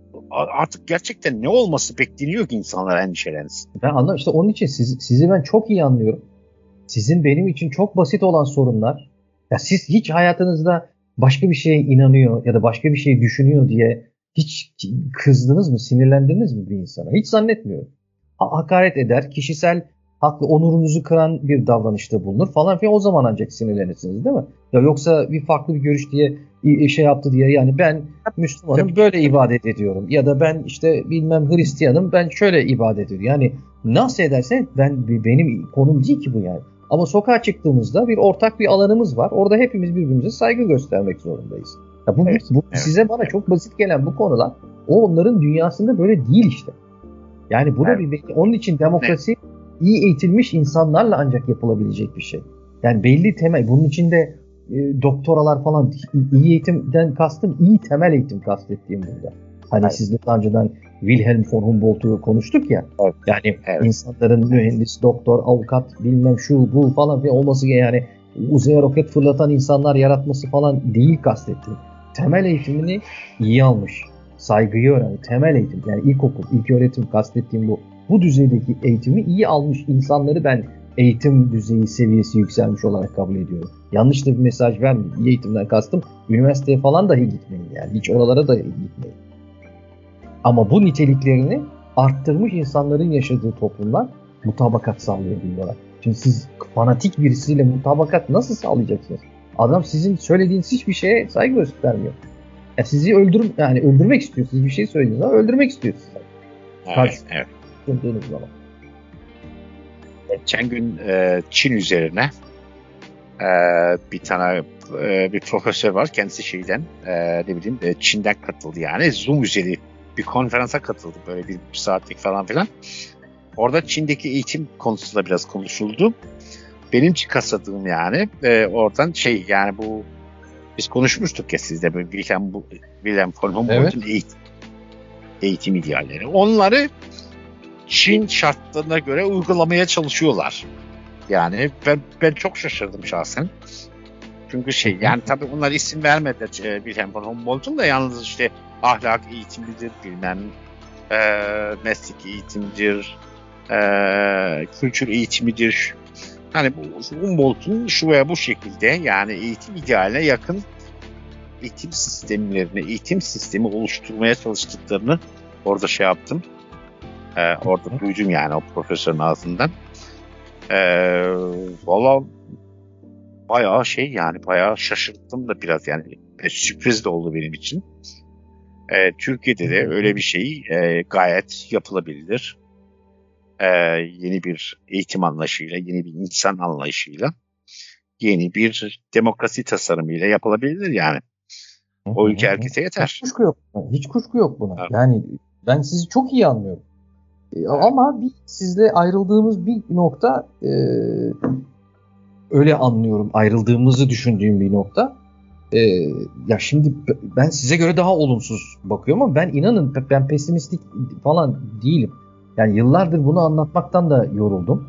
artık gerçekten ne olması bekleniyor ki insanlar endişelensin. Ben anladım. İşte onun için sizi ben çok iyi anlıyorum. Sizin benim için çok basit olan sorunlar. Ya siz hiç hayatınızda başka bir şeye inanıyor ya da başka bir şey düşünüyor diye hiç kızdınız mı, sinirlendiniz mi bir insana? Hiç zannetmiyorum. Hakaret eder, kişisel haklı, onurunuzu kıran bir davranışta bulunur falan filan, o zaman ancak sinirlenirsiniz değil mi? Ya yoksa bir farklı bir görüş diye yaptı diye yani ben Müslümanım böyle ibadet ediyorum ya da ben işte bilmem Hristiyanım ben şöyle ibadet ediyorum. Yani nasıl ederse benim konum değil ki bu yani. Ama sokağa çıktığımızda bir ortak bir alanımız var. Orada hepimiz birbirimize saygı göstermek zorundayız. Ya bu size bana çok basit gelen bu konular onların dünyasında böyle değil işte. Yani bu da onun için demokrasi iyi eğitilmiş insanlarla ancak yapılabilecek bir şey. Yani belli temel, bunun içinde doktoralar falan, iyi eğitimden kastım iyi temel eğitim kastettiğim burada. Hani sizle daha önceden Wilhelm von Humboldt'u konuştuk ya. Evet. Yani insanların mühendis, doktor, avukat, bilmem şu bu falan olması yani uzaya roket fırlatan insanlar yaratması falan değil kastettiğim. Temel eğitimini iyi almış. Saygıyı öğrenmiş. Temel eğitim yani ilkokul, ilköğretim kastettiğim bu. Bu düzeydeki eğitimi iyi almış insanları ben eğitim düzeyi seviyesi yükselmiş olarak kabul ediyorum. Yanlış da bir mesaj vermeyeyim. İyi eğitimden kastım üniversiteye falan dahi gitmeyin yani. Hiç oralara da gitmeyin. Ama bu niteliklerini arttırmış insanların yaşadığı toplumlar mutabakat sağlayabiliyorlar. Şimdi siz fanatik birisiyle mutabakat nasıl sağlayacaksınız? Adam sizin söylediğiniz hiçbir şeye saygı göstermiyor. Ya sizi öldürmek istiyor. Siz bir şey söylediğiniz zaman öldürmek istiyor sizi. Evet. Zaman. Geçen gün Çin üzerine bir tane bir profesör var. Kendisi Çin'den katıldı yani. Zoom üzeri bir konferansa katıldı. Böyle bir saatlik falan filan. Orada Çin'deki eğitim konusu da biraz konuşuldu. Benim çıkasadığım yani oradan yani bu biz konuşmuştuk ya sizde böyle Wilhelm von Humboldt'un eğitim idealleri. Onları Çin şartlarına göre uygulamaya çalışıyorlar. Yani ben çok şaşırdım şahsen. Çünkü yani tabii onlar isim vermediler Wilhelm von Humboldt'un da yalnız işte ahlak eğitimidir, bilmem meslek eğitimidir, kültür eğitimidir. Hani bu Humboldt'un şu veya bu şekilde yani eğitim idealine yakın eğitim sistemi oluşturmaya çalıştıklarını orada yaptım. Orada duydum yani o profesörün ağzından. Valla bayağı yani bayağı şaşırttım da biraz yani sürpriz de oldu benim için. Türkiye'de de öyle bir şey gayet yapılabilir. Yeni bir eğitim anlayışıyla, yeni bir insan anlayışıyla, yeni bir demokrasi tasarımıyla yapılabilir yani. O ülke herkese yeter. Hiç kuşku yok buna. Evet. Yani ben sizi çok iyi anlıyorum. Ama sizle ayrıldığımız bir nokta öyle anlıyorum. Ayrıldığımızı düşündüğüm bir nokta. Ya şimdi ben size göre daha olumsuz bakıyorum ama inanın ben pesimistik falan değilim. Yani yıllardır bunu anlatmaktan da yoruldum.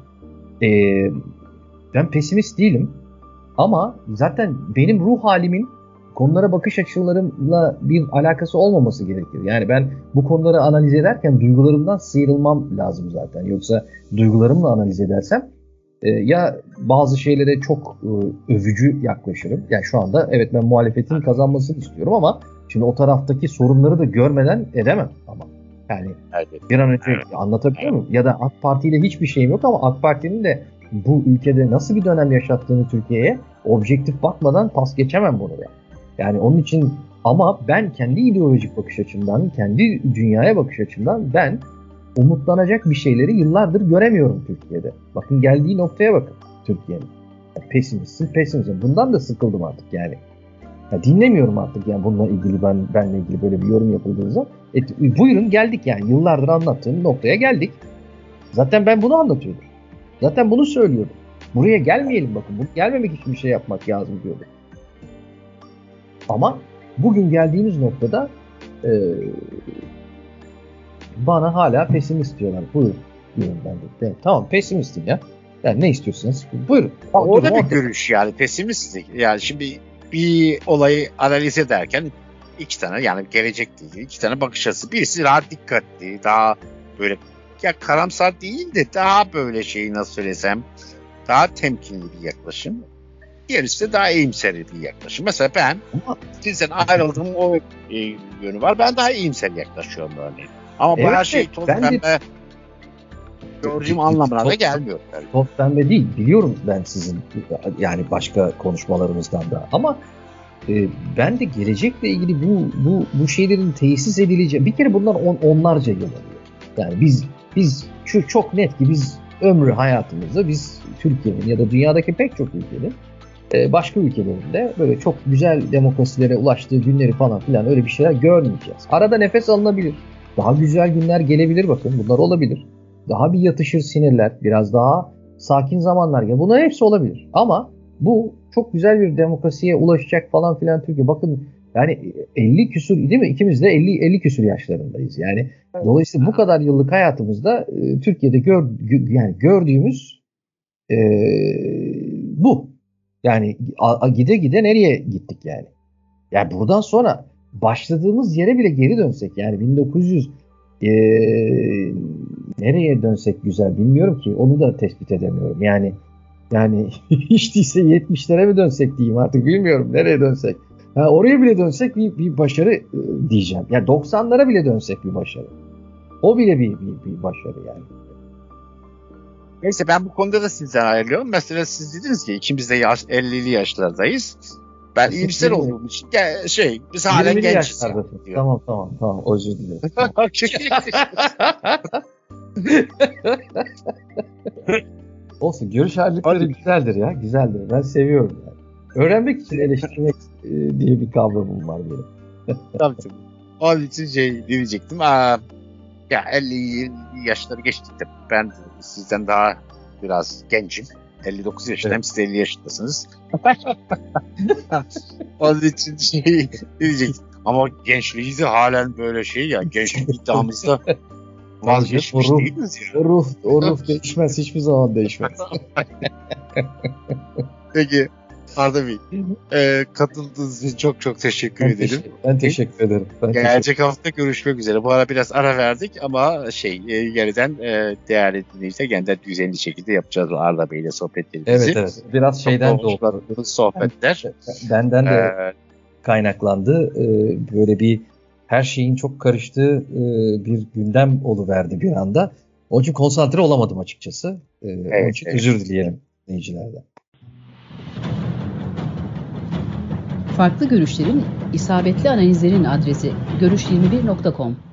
Ben pesimist değilim. Ama zaten benim ruh halimin konulara bakış açılarımla bir alakası olmaması gerekir. Yani ben bu konuları analiz ederken duygularımdan sıyrılmam lazım zaten. Yoksa duygularımla analiz edersem ya bazı şeylere çok övücü yaklaşırım. Yani şu anda evet ben muhalefetin kazanmasını istiyorum ama şimdi o taraftaki sorunları da görmeden edemem ama. Yani bir an önce anlatabiliyor muyum? Ya da AK Parti ile hiçbir şeyim yok ama AK Parti'nin de bu ülkede nasıl bir dönem yaşattığını Türkiye'ye objektif bakmadan pas geçemem bunu da. Yani onun için ama ben kendi ideolojik bakış açımdan, kendi dünyaya bakış açımdan ben umutlanacak bir şeyleri yıllardır göremiyorum Türkiye'de. Bakın geldiği noktaya bakın Türkiye'nin. Yani pesimistsin. Bundan da sıkıldım artık yani. Ya dinlemiyorum artık yani bununla ilgili benle ilgili böyle bir yorum yapıldığı zaman. Buyurun geldik yani yıllardır anlattığım noktaya geldik. Zaten ben bunu anlatıyordum. Zaten bunu söylüyordum. Buraya gelmeyelim bakın. Gelmemek için bir şey yapmak lazım diyordum. Ama bugün geldiğimiz noktada bana hala pesimist diyorlar. Buyurun diyorum ben de. Tamam pesimistim ya. Yani ne istiyorsanız buyurun. O da bir görüş yani pesimistlik. Yani şimdi bir olayı analiz ederken iki tane yani gelecekle ilgili iki tane bakış açısı. Birisi daha dikkatli, daha böyle ya karamsar değil de daha böyle nasıl söylesem daha temkinli bir yaklaşım. Diğerisi de daha iyimser bir yaklaşım. Mesela ben sizden ayrıldığım o yönü var. Ben daha iyimser yaklaşıyorum örneğin. Ama bu her şey toz pembe gördüğüm anlamına da gelmiyor. Toz pembe değil. Biliyorum ben sizin yani başka konuşmalarımızdan da. Ama ben de gelecekle ilgili bu şeylerin tesis edileceği bir kere bundan onlarca yıl alıyor. Yani biz çok net ki biz ömrü hayatımızda biz Türkiye'nin ya da dünyadaki pek çok ülkenin başka ülkelerinde böyle çok güzel demokrasilere ulaştığı günleri falan filan öyle bir şeyler görmeyeceğiz. Arada nefes alınabilir. Daha güzel günler gelebilir bakın. Bunlar olabilir. Daha bir yatışır sinirler. Biraz daha sakin zamanlar gelir. Bunların hepsi olabilir. Ama bu çok güzel bir demokrasiye ulaşacak falan filan Türkiye. Bakın yani 50 küsur değil mi? İkimiz de 50 küsur yaşlarındayız. Yani dolayısıyla bu kadar yıllık hayatımızda Türkiye'de gördüğümüz bu. Yani gide gide nereye gittik yani? Yani buradan sonra başladığımız yere bile geri dönsek yani 1900 nereye dönsek güzel bilmiyorum ki onu da tespit edemiyorum. Yani hiç değilse 70'lere mi dönsek diyeyim artık bilmiyorum nereye dönsek. Oraya bile dönsek bir başarı diyeceğim. Yani 90'lara bile dönsek bir başarı. O bile bir başarı yani. Neyse ben bu konuda da sizden ayrılıyorum. Mesela siz dediniz ki ikimiz de 50'li yaşlardayız. Ben iyimser olduğum için biz halen gençiz. Tamam özür dilerim. Olsun görüş ayrılıkları güzeldir ya. Güzeldir. Ben seviyorum yani. Öğrenmek için eleştirmek diye bir kavramım var benim. Tabii. Onun için diyecektim. Ya 50 yaşları geçtik de ben sizden daha biraz gencim. 59 yaşındayım. Evet. Siz 50 yaşındasınız. Onun için diyecektim. Ama gençliği de halen böyle ya. Gençlik iddiamızda vazgeçmiş değiliz ya. O ruh değişmez. Hiçbir zaman değişmez. Peki. Arda Bey, katıldığınız için çok teşekkür ederim. Ben teşekkür ederim. Gelecek hafta görüşmek üzere. Bu ara biraz ara verdik ama yeniden değerli dinleyiciler yeniden düzenli şekilde yapacağız Arda Bey ile sohbetlerimizi. Evet. Biraz şeyden de oldu. Sohbetler. Benden de kaynaklandı. Böyle bir her şeyin çok karıştığı bir gündem oluverdi bir anda. Onun için konsantre olamadım açıkçası. Evet, onun için özür dileyelim dinleyicilerden. Farklı görüşlerin, isabetli analizlerin adresi görüş21.com